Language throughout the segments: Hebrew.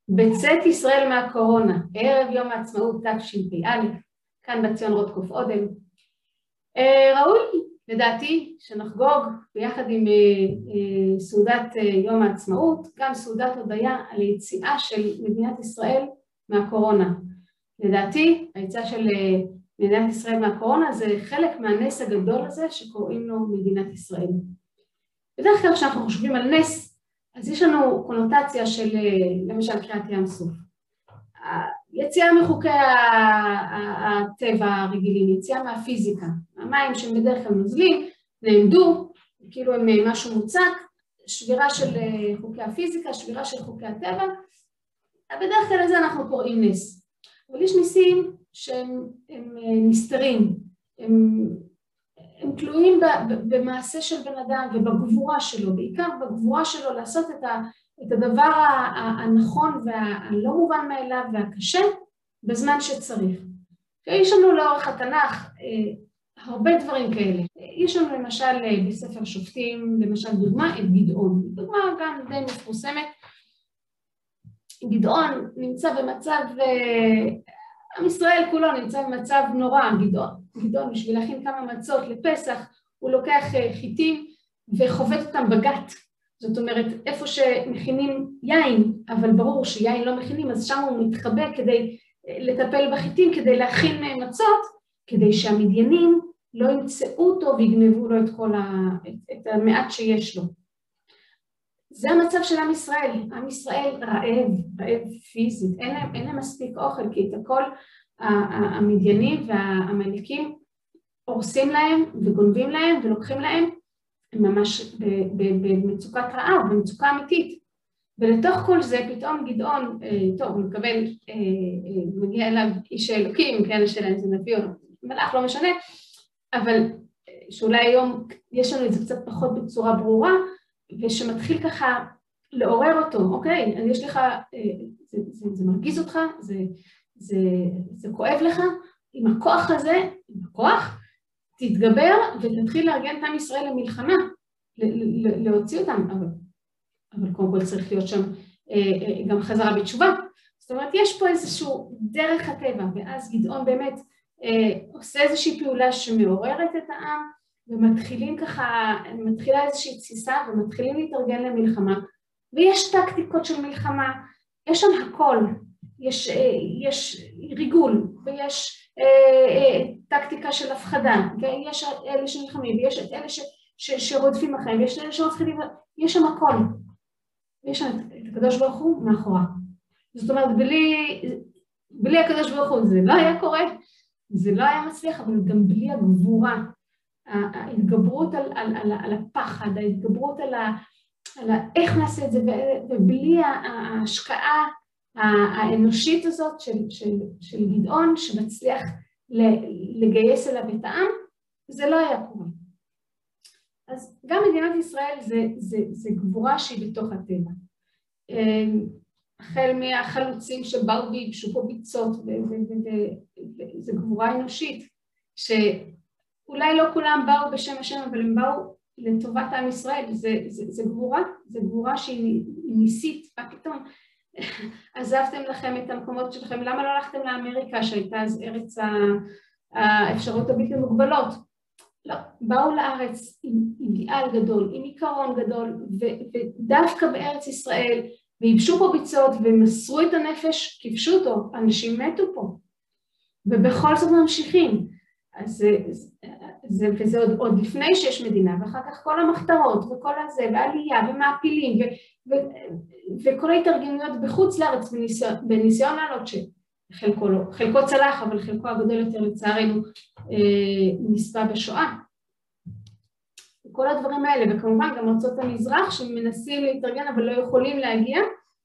בצאת ישראל מהקורונה, ערב יום העצמאות תשפ"א, כאן בציון רוטקוף אודם. ראוי לדעתי שנחגוג ביחד עם סעודת יום העצמאות, גם סעודת הודיה על היציאה של מדינת ישראל מהקורונה. לדעתי היציאה של מדינת ישראל מהקורונה זה חלק מהנס הגדול הזה שקוראים לו מדינת ישראל. בדרך כלל כשאנחנו חושבים על נס, אז יש לנו קונוטציה של למשל קריעת ים סוף. יציאה מחוקי הטבע הרגילים, יציאה מהפיזיקה. המים שהם בדרך כלל נוזלים, נעמדו, כאילו הם משהו מוצק, שבירה של חוקי הפיזיקה, שבירה של חוקי הטבע. בדרך כלל לזה אנחנו קוראים נס. אבל יש ניסים שהם נסתרים, הם תלויים במעשה של בן אדם ובגבורה שלו, בעיקר בגבורה שלו לעשות את הדבר הנכון והלא מובן מאליו והקשה בזמן שצריך. יש לנו לאורך התנ"ך הרבה דברים כאלה. יש לנו למשל בספר שופטים, למשל דוגמה את גדעון. דוגמה גם די מפורסמת. גדעון נמצא במצב, עם ישראל כולו נמצא במצב נורא. גדעון בשביל להכין כמה מצות לפסח, הוא לוקח חיטים וחובט אותם בגת. זאת אומרת, איפה שמכינים יין, אבל ברור שיין לא מכינים, אז שם הוא מתחבא כדי לטפל בחיטים, כדי להכין מצות, כדי שהמדיינים לא ימצאו אותו ויגנבו לו את המעט שיש לו. זה המצב של עם ישראל. עם ישראל רעב פיזית, אין להם מספיק אוכל, כי את הכל המדיינים והמלכים הורסים להם וגונבים להם ולוקחים להם, ממש במצוקת רעב, במצוקה אמיתית. ולתוך כל זה פתאום גדעון, טוב, הוא מקבל, מגיע אליו איש האלוקים, כן, השאלה זה נביא או מלאך, לא משנה, אבל שאולי היום יש לנו את זה קצת פחות בצורה ברורה, ושמתחיל ככה לעורר אותו, אוקיי, אז יש לך, זה מרגיז אותך, זה כואב לך, עם הכוח הזה, עם הכוח, תתגבר ותתחיל לארגן את עם ישראל למלחמה, להוציא אותם, אבל קודם כל צריך להיות שם גם חזרה בתשובה. זאת אומרת, יש פה איזשהו דרך הטבע, ואז גדעון באמת עושה איזושהי פעולה שמעוררת את העם, ומתחילים ככה, מתחילה איזושהי תסיסה, ומתחילים להתארגן למלחמה, ויש טקטיקות של מלחמה, יש שם הכל, יש ריגול, ויש טקטיקה של הפחדה, ויש אלה שנלחמים, ויש את אלה שרודפים אחריהם, ויש אלה שרודפים, יש שם הכל. ויש שם את הקדוש ברוך הוא מאחורה. זאת אומרת, בלי הקדוש ברוך הוא זה לא היה קורה, זה לא היה מצליח, אבל גם בלי הגבורה, ההתגברות על הפחד, ההתגברות על איך נעשה את זה, ובלי ההשקעה האנושית הזאת של גדעון, שמצליח לגייס אליו את העם, זה לא היה קורה. אז גם מדינת ישראל זה גבורה שהיא בתוך הטבע. החל מהחלוצים שבאו ויבשו פה ביצות, זה גבורה אנושית, שאולי לא כולם באו בשם השם, אבל הם באו לטובת עם ישראל. זה גבורה שהיא ניסית. מה פתאום? עזבתם לכם את המקומות שלכם, למה לא הלכתם לאמריקה שהייתה אז ארץ האפשרות הבלתי מוגבלות? לא, באו לארץ עם גאל גדול, עם עיקרון גדול, ודווקא בארץ ישראל, ויבשו פה ביצות ומסרו את הנפש, כיבשו אותו, אנשים מתו פה, ובכל זאת ממשיכים. אז וזה עוד לפני שיש מדינה, ואחר כך כל המחתרות וכל הזה, ועלייה ומעפילים, וכל ההתארגנויות בחוץ לארץ בניסיון לעלות חלקו צלח, אבל חלקו הגדול יותר לצערנו נספה בשואה. כל הדברים האלה, וכמובן גם ארצות המזרח שמנסים להתארגן אבל לא יכולים להגיע,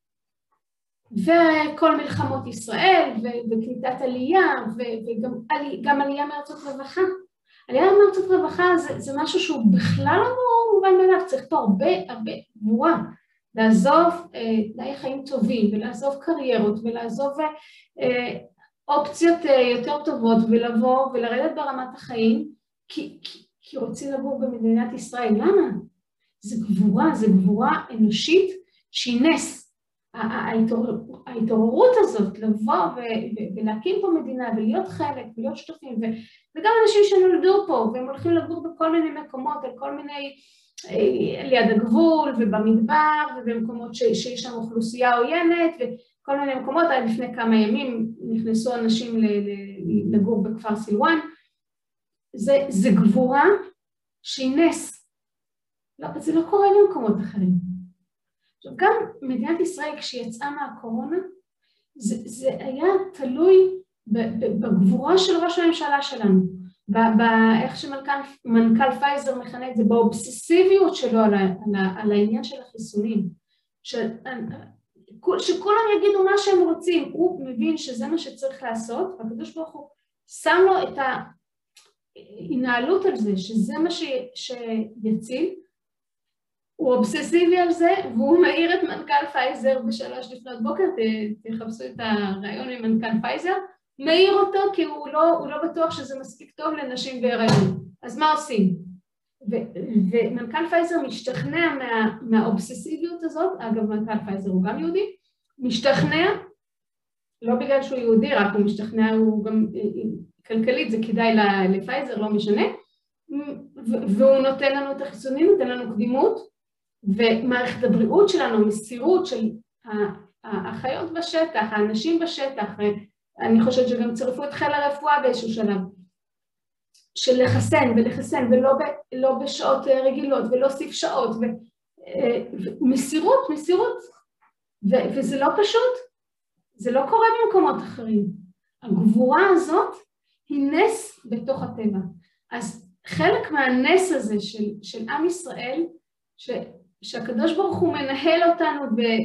וכל מלחמות ישראל וקליטת עלייה, וגם עלייה מארצות רווחה. עלייה מארצות רווחה זה משהו שהוא בכלל לא מובן מאליו, צריך פה הרבה גבורה. לעזוב תנאי חיים טובים, ולעזוב קריירות, ולעזוב אופציות יותר טובות, ולבוא ולרדת ברמת החיים, כי רוצים לגור במדינת ישראל. למה? זה גבורה אנושית שהיא נס. ההתעוררות הזאת לבוא ולהקים פה מדינה ולהיות חלק ולהיות שותפים, וגם אנשים שנולדו פה והם הולכים לגור בכל מיני מקומות, על כל מיני, ליד הגבול ובמדבר ובמקומות שיש שם אוכלוסייה עוינת וכל מיני מקומות. עד לפני כמה ימים נכנסו אנשים לגור בכפר סילואן. זה גבורה שהיא נס. לא, זה לא קורה במקומות אחרים. עכשיו, גם מדינת ישראל כשהיא יצאה מהקורונה, זה היה תלוי בגבורה של ראש הממשלה שלנו, באיך שמנכ"ל פייזר מכנה את זה, באובססיביות שלו על העניין של החיסונים, שכולם יגידו מה שהם רוצים. הוא מבין שזה מה שצריך לעשות, והקדוש ברוך הוא שם לו את ההנהלות על זה, שזה מה שיציל. הוא אובססיבי על זה, והוא מעיר את מנכ"ל פייזר ב3 לפנות בוקר, תחפשו את הרעיון עם מנכ"ל פייזר, מעיר אותו כי הוא לא בטוח שזה מספיק טוב לנשים בהיריון. אז מה עושים? ומנכ"ל פייזר משתכנע מהאובססיביות הזאת, אגב מנכ"ל פייזר הוא גם יהודי, משתכנע, לא בגלל שהוא יהודי, רק הוא משתכנע, הוא גם כלכלית, זה כדאי לפייזר, לא משנה, והוא נותן לנו את החיסונים, נותן לנו קדימות, ומערכת הבריאות שלנו, המסירות של האחיות בשטח, האנשים בשטח, אני חושבת שגם צירפו את חיל הרפואה באיזשהו שלב, של לחסן ולא בשעות רגילות ולהוסיף שעות, מסירות, וזה לא פשוט, זה לא קורה במקומות אחרים. הגבורה הזאת היא נס בתוך הטבע. אז חלק מהנס הזה של עם ישראל, שהקדוש ברוך הוא מנהל אותנו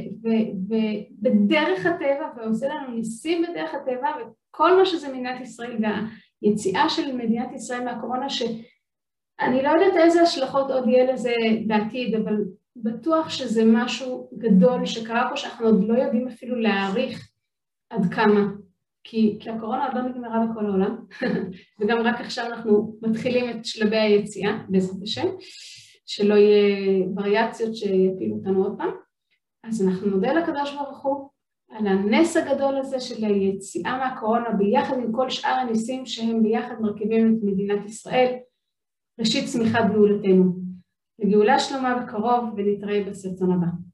בדרך הטבע, ועושה לנו ניסים בדרך הטבע, וכל מה שזה מדינת ישראל, והיציאה של מדינת ישראל מהקורונה, שאני לא יודעת איזה השלכות עוד יהיה לזה בעתיד, אבל בטוח שזה משהו גדול שקרה פה, שאנחנו עוד לא יודעים אפילו להעריך עד כמה. כי הקורונה עוד לא נגמרה בכל העולם, וגם רק עכשיו אנחנו מתחילים את שלבי היציאה, בעזרת השם, שלא יהיה וריאציות שיפילו אותנו עוד פעם. אז אנחנו נודה לקדוש ברוך הוא על הנס הגדול הזה של היציאה מהקורונה, ביחד עם כל שאר הניסים שהם ביחד מרכיבים את מדינת ישראל, ראשית צמיחת גאולתנו. לגאולה שלמה בקרוב, ונתראה בסרטון הבא.